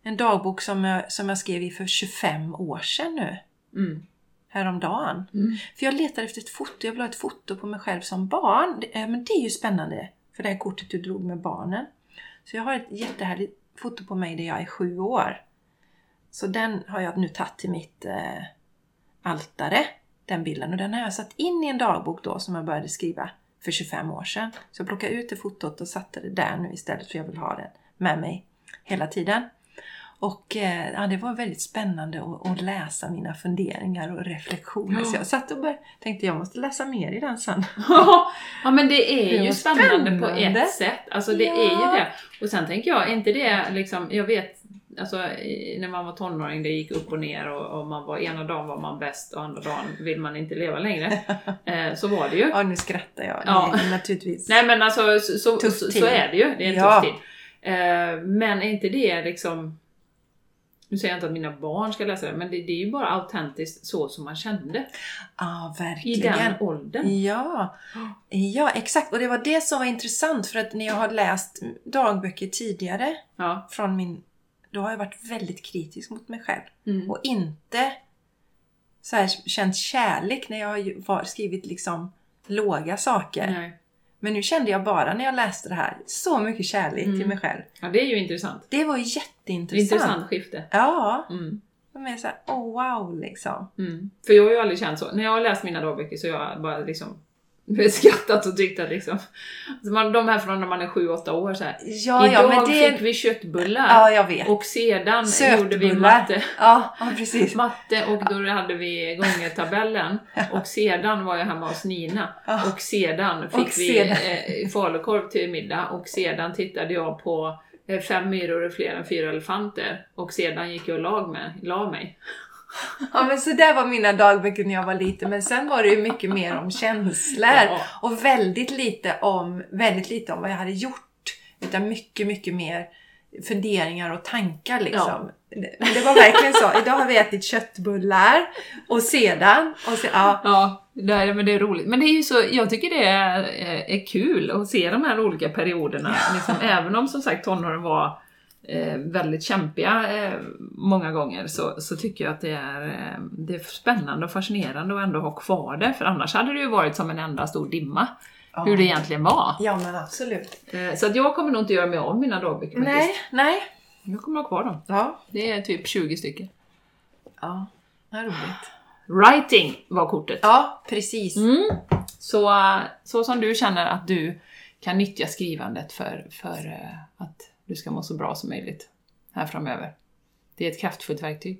en dagbok som jag, som jag skrev i för tjugofem år sedan nu. Mm. Häromdagen. Mm. För jag letar efter ett foto. Jag vill ha ett foto på mig själv som barn. Det, men det är ju spännande. För det här kortet du drog med barnen. Så jag har ett jättehärligt foto på mig där jag är sju år. Så den har jag nu tagit till mitt eh, altare. Den bilden. Och den har jag satt in i en dagbok då som jag började skriva för tjugofem år sedan. Så jag plockade ut det fotot och satte det där nu istället. För jag vill ha den med mig hela tiden. Och eh, ja, det var väldigt spännande att, att läsa mina funderingar och reflektioner. Ja. Så jag satt och började, tänkte jag måste läsa mer i den sen. Ja, men det är det ju spännande, spännande på ett sätt. Alltså det ja. är ju det. Och sen tänker jag, inte det liksom, jag vet, alltså när man var tonåring det gick upp och ner och, och man var ena dagen var man bäst och andra dagen vill man inte leva längre. Eh, så var det ju. Ja, nu skrattar jag. Ja. Nej, naturligtvis. Nej, men alltså så, så, så, så är det ju. Det är en ja. tuff tid. Eh, men är inte det liksom... Nu säger jag inte att mina barn ska läsa det, men det, det är ju bara autentiskt så som man kände. Ja, verkligen. I den åldern. Ja. ja, exakt. Och det var det som var intressant för att när jag har läst dagböcker tidigare ja. från min... Då har jag varit väldigt kritisk mot mig själv. Mm. Och inte så här, känt kärlek när jag har skrivit liksom låga saker. Nej. Men nu kände jag bara när jag läste det här så mycket kärlek mm. till mig själv. Ja, det är ju intressant. Det var jätteintressant. Intressant skifte. Ja. Mm. De är så här, oh wow liksom. Mm. För jag har ju aldrig känt så. När jag har läst mina dagböcker så har jag bara liksom skrattat och tyckt att liksom alltså man, de här från när man är sju åtta år så här. Ja, idag ja, men det... fick vi köttbullar. Ja, jag vet. Och sedan Sötbullar. Gjorde vi matte. Ja, ja, precis. Matte och då hade vi gångertabellen. Och sedan var jag hemma hos Nina. Ja. Och sedan fick och vi sedan. Eh, falukorv till middag. Och sedan tittade jag på eh, fem myror och fler än fyra elefanter. Och sedan gick jag och lag med, la mig. Ja, men så där var mina dagböcker när jag var liten. Men sen var det ju mycket mer om känslor. Ja. Och väldigt lite om väldigt lite om vad jag hade gjort. Utan mycket, mycket mer funderingar och tankar liksom. Ja. Men det var verkligen så. Idag har vi ätit köttbullar. Och sedan. Och så, ja. Ja, det är, men det är roligt. Men det är ju så, jag tycker det är, är kul att se de här olika perioderna. Liksom, även om som sagt tonåren var Eh, väldigt kämpiga eh, många gånger så, så tycker jag att det är, eh, det är spännande och fascinerande att ändå ha kvar det, för annars hade det ju varit som en enda stor dimma ja. Hur det egentligen var. Ja, men absolut. Eh, så att jag kommer nog inte göra mig av mina dagböcker nej, faktiskt. Nej, jag kommer ha kvar dem. Ja. Det är typ tjugo stycken. Ja, det är roligt. Writing var kortet. Ja, precis. Mm. Så, så som du känner att du kan nyttja skrivandet för, för uh, att du ska må så bra som möjligt här framöver. Det är ett kraftfullt verktyg.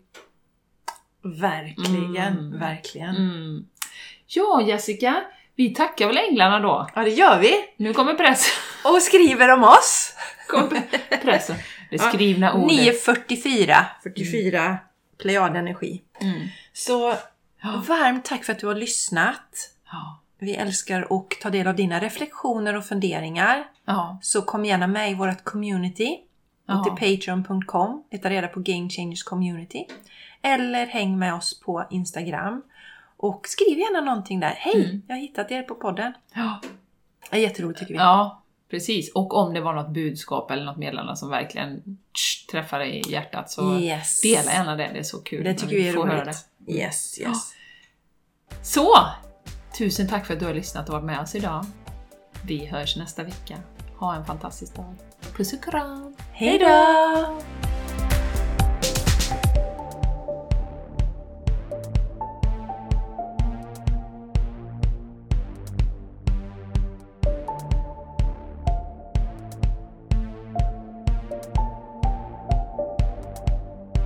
Verkligen, mm. verkligen. Mm. Ja, Jessica, vi tackar väl änglarna då? Ja, det gör vi. Nu kommer press. Och skriver om oss. Kommer pressen. Det skrivna ordet. nio fyrtiofyra. fyrtiofyra mm. Plejadenergi. Mm. Så ja. Varmt tack för att du har lyssnat. Ja. Vi älskar att ta del av dina reflektioner och funderingar. Ja. Så kom gärna med i vårt community. Ja. Till patreon punkt com. Leta reda på Game Changers Community. Eller häng med oss på Instagram. Och skriv gärna någonting där. Hej, mm. jag har hittat er på podden. Ja. Det är jätteroligt tycker vi. Ja, precis. Och om det var något budskap eller något meddelande som verkligen tsch, träffar dig i hjärtat så yes. dela gärna det. Det är så kul. Det tycker vi, vi är roligt. Höra det. Yes, yes. Ja. Så! Tusen tack för att du har lyssnat och varit med oss idag. Vi hörs nästa vecka. Ha en fantastisk dag. Puss och kram. Hej då!